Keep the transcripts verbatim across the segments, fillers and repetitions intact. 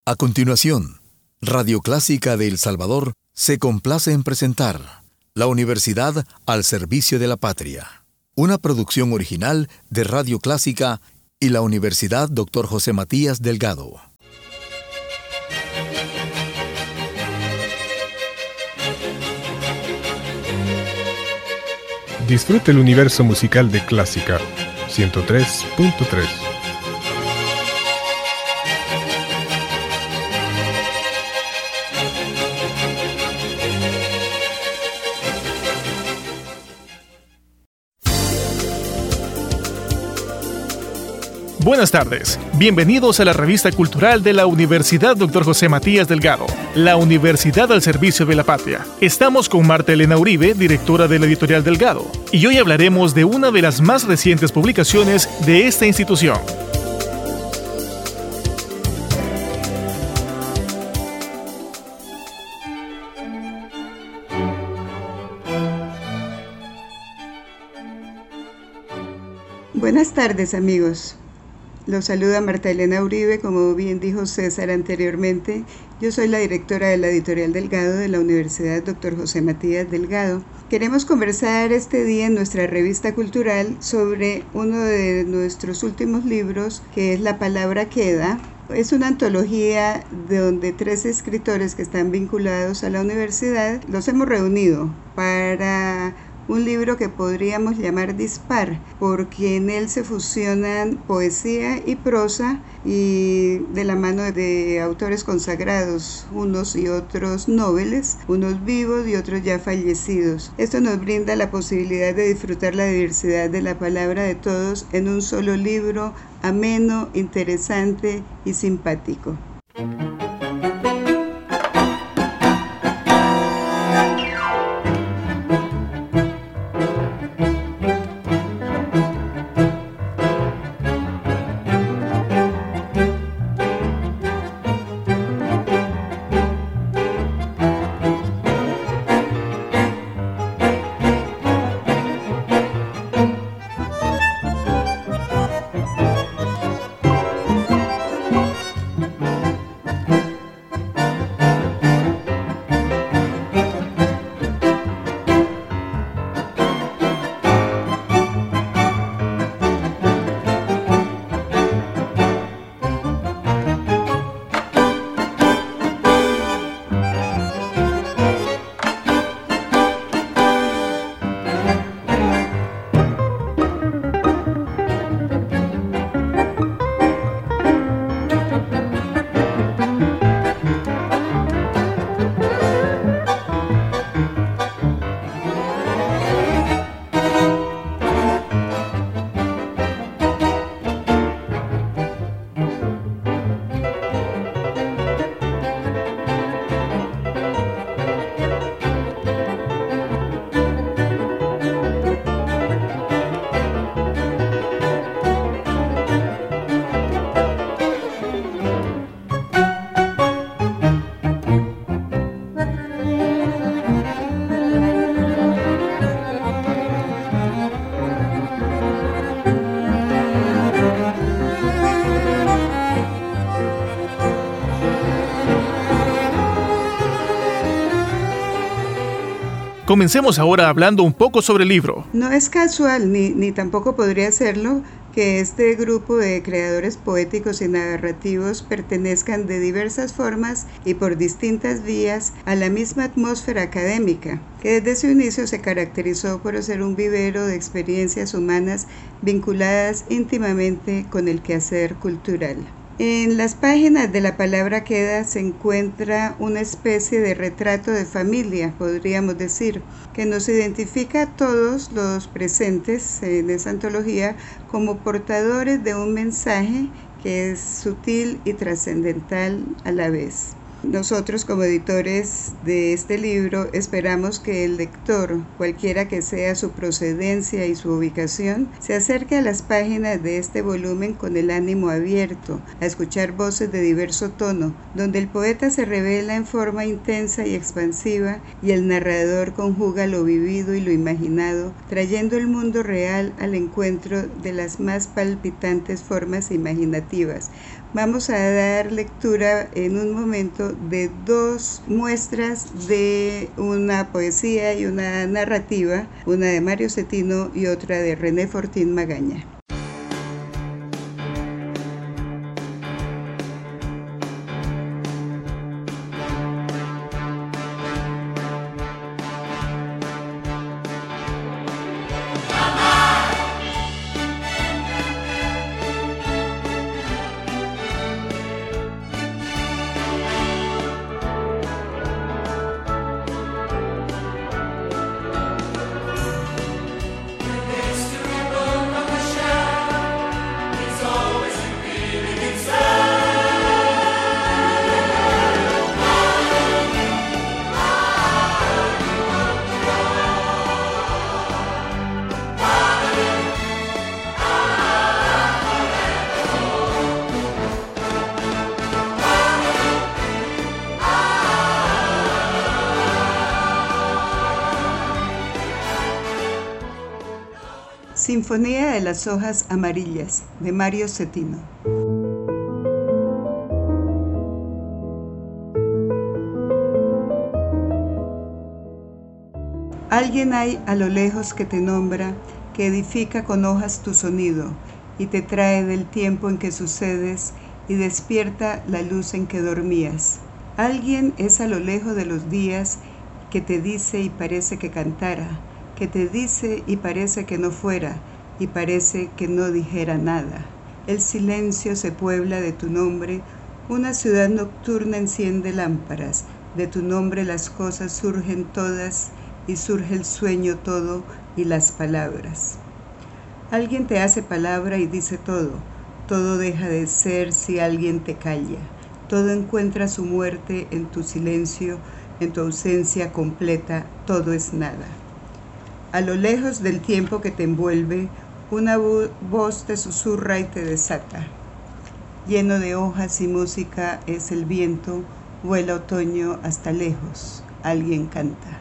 A continuación, Radio Clásica de El Salvador se complace en presentar La Universidad al Servicio de la Patria, una producción original de Radio Clásica y la Universidad doctor José Matías Delgado. Disfrute el universo musical de Clásica ciento tres punto tres. Buenas tardes, bienvenidos a la revista cultural de la Universidad doctor José Matías Delgado, la Universidad al Servicio de la Patria. Estamos con Marta Elena Uribe, directora de la Editorial Delgado, y hoy hablaremos de una de las más recientes publicaciones de esta institución. Buenas tardes, amigos. Los saluda Marta Elena Uribe, como bien dijo César anteriormente. Yo soy la directora de la Editorial Delgado de la Universidad doctor José Matías Delgado. Queremos conversar este día en nuestra revista cultural sobre uno de nuestros últimos libros, que es La Palabra Queda. Es una antología de donde tres escritores que están vinculados a la universidad los hemos reunido para un libro que podríamos llamar dispar, porque en él se fusionan poesía y prosa, y de la mano de autores consagrados, unos y otros nobles, unos vivos y otros ya fallecidos. Esto nos brinda la posibilidad de disfrutar la diversidad de la palabra de todos en un solo libro, ameno, interesante y simpático. Comencemos ahora hablando un poco sobre el libro. No es casual, ni, ni tampoco podría serlo, que este grupo de creadores poéticos y narrativos pertenezcan de diversas formas y por distintas vías a la misma atmósfera académica, que desde su inicio se caracterizó por ser un vivero de experiencias humanas vinculadas íntimamente con el quehacer cultural. En las páginas de La Palabra Queda se encuentra una especie de retrato de familia, podríamos decir, que nos identifica a todos los presentes en esa antología como portadores de un mensaje que es sutil y trascendental a la vez. Nosotros, como editores de este libro, esperamos que el lector, cualquiera que sea su procedencia y su ubicación, se acerque a las páginas de este volumen con el ánimo abierto, a escuchar voces de diverso tono, donde el poeta se revela en forma intensa y expansiva y el narrador conjuga lo vivido y lo imaginado, trayendo el mundo real al encuentro de las más palpitantes formas imaginativas, Vamos a dar lectura en un momento de dos muestras de una poesía y una narrativa, una de Mario Cetino y otra de René Fortín Magaña. Sinfonía de las hojas amarillas, de Mario Cetino. Alguien hay a lo lejos que te nombra, que edifica con hojas tu sonido, y te trae del tiempo en que sucedes, y despierta la luz en que dormías. Alguien es a lo lejos de los días, que te dice y parece que cantara, que te dice y parece que no fuera, y parece que no dijera nada. El silencio se puebla de tu nombre, una ciudad nocturna enciende lámparas, de tu nombre las cosas surgen todas, y surge el sueño todo y las palabras. Alguien te hace palabra y dice todo, todo deja de ser si alguien te calla, todo encuentra su muerte en tu silencio, en tu ausencia completa, todo es nada. A lo lejos del tiempo que te envuelve, una vo- voz te susurra y te desata. Lleno de hojas y música es el viento, vuela otoño hasta lejos, alguien canta.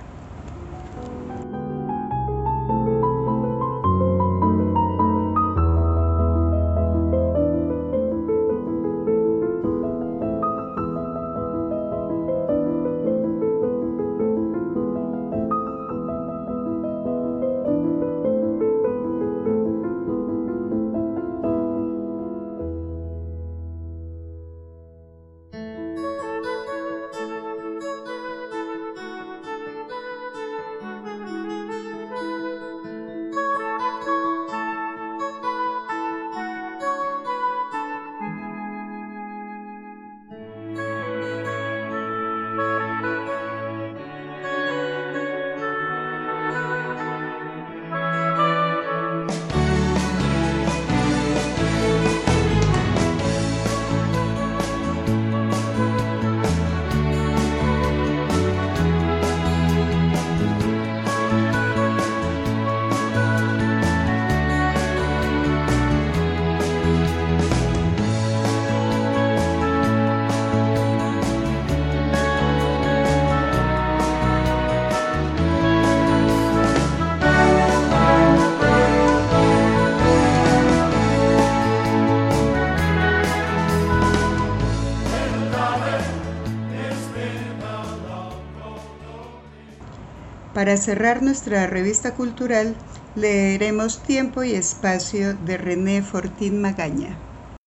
Para cerrar nuestra revista cultural, leeremos Tiempo y Espacio de René Fortín Magaña.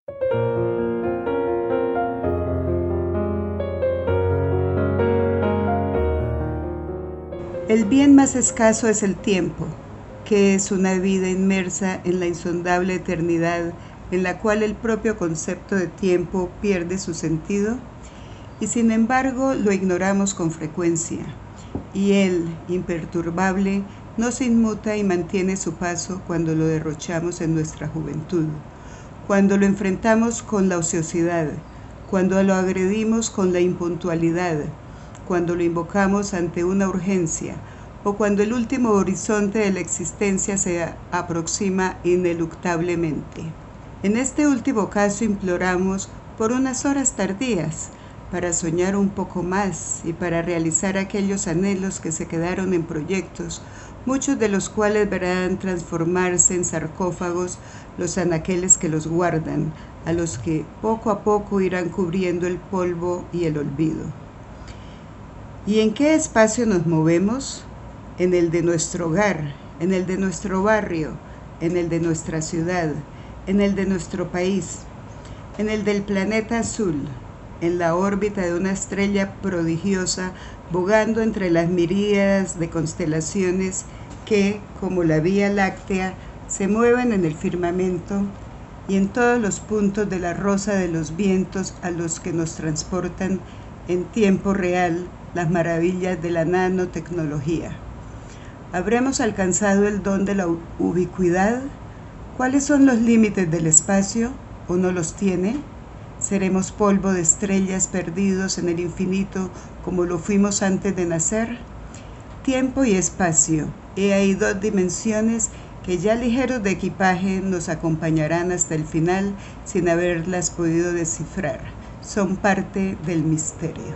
El bien más escaso es el tiempo, que es una vida inmersa en la insondable eternidad en la cual el propio concepto de tiempo pierde su sentido, y sin embargo lo ignoramos con frecuencia. Y él, imperturbable, no se inmuta y mantiene su paso cuando lo derrochamos en nuestra juventud, cuando lo enfrentamos con la ociosidad, cuando lo agredimos con la impuntualidad, cuando lo invocamos ante una urgencia, o cuando el último horizonte de la existencia se aproxima ineluctablemente. En este último caso imploramos por unas horas tardías, para soñar un poco más y para realizar aquellos anhelos que se quedaron en proyectos, muchos de los cuales verán transformarse en sarcófagos los anaqueles que los guardan, a los que poco a poco irán cubriendo el polvo y el olvido. ¿Y en qué espacio nos movemos? En el de nuestro hogar, en el de nuestro barrio, en el de nuestra ciudad, en el de nuestro país, en el del planeta azul, en la órbita de una estrella prodigiosa, bogando entre las miríadas de constelaciones que, como la Vía Láctea, se mueven en el firmamento y en todos los puntos de la rosa de los vientos a los que nos transportan en tiempo real las maravillas de la nanotecnología. ¿Habremos alcanzado el don de la ubicuidad? ¿Cuáles son los límites del espacio o no los tiene? ¿Seremos polvo de estrellas perdidos en el infinito como lo fuimos antes de nacer? Tiempo y espacio, he ahí dos dimensiones que ya ligeros de equipaje nos acompañarán hasta el final sin haberlas podido descifrar. Son parte del misterio.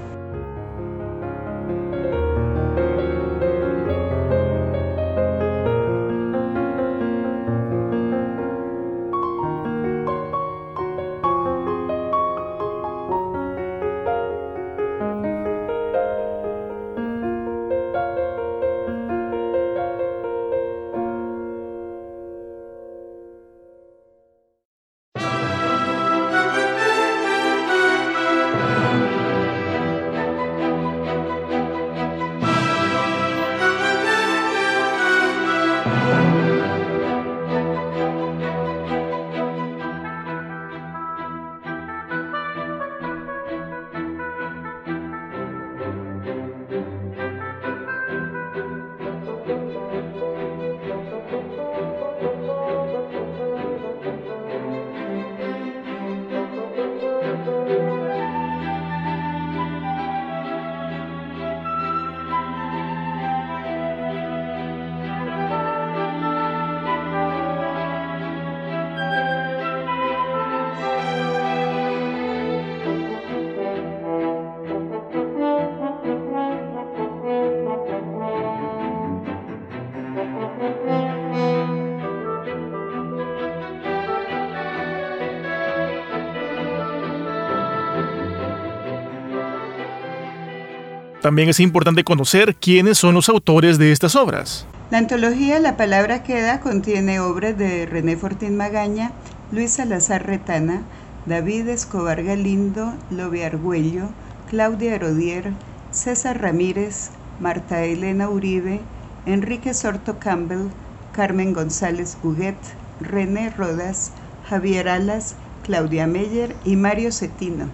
También es importante conocer quiénes son los autores de estas obras. La antología La Palabra Queda contiene obras de René Fortín Magaña, Luis Salazar Retana, David Escobar Galindo, Lobe Argüello, Claudia Herodier, César Ramírez, Marta Elena Uribe, Enrique Sorto Campbell, Carmen González Huguet, René Rodas, Javier Alas, Claudia Meyer y Mario Cetino.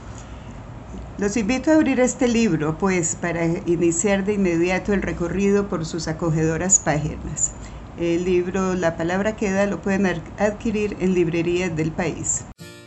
Los invito a abrir este libro, pues, para iniciar de inmediato el recorrido por sus acogedoras páginas. El libro La Palabra Queda lo pueden adquirir en librerías del país.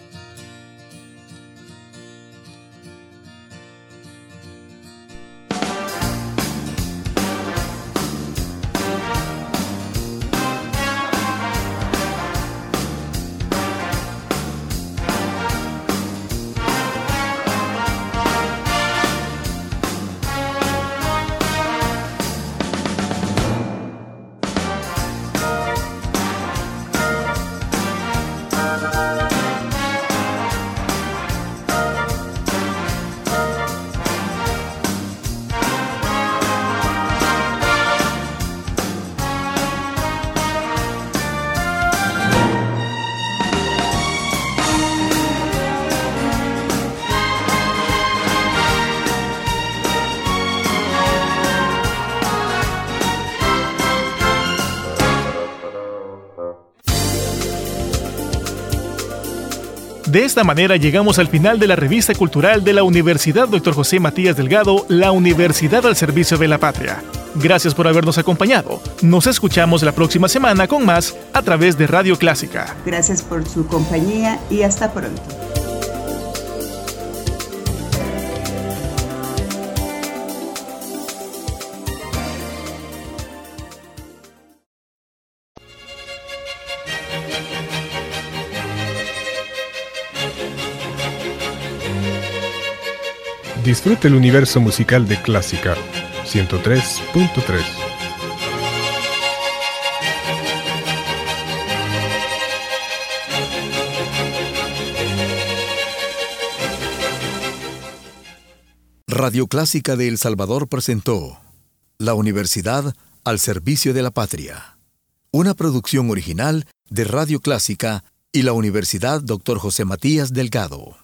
De esta manera llegamos al final de la revista cultural de la Universidad doctor José Matías Delgado, la Universidad al Servicio de la Patria. Gracias por habernos acompañado. Nos escuchamos la próxima semana con más a través de Radio Clásica. Gracias por su compañía y hasta pronto. Disfrute el universo musical de Clásica ciento tres punto tres. Radio Clásica de El Salvador presentó La Universidad al Servicio de la Patria, una producción original de Radio Clásica y la Universidad doctor José Matías Delgado.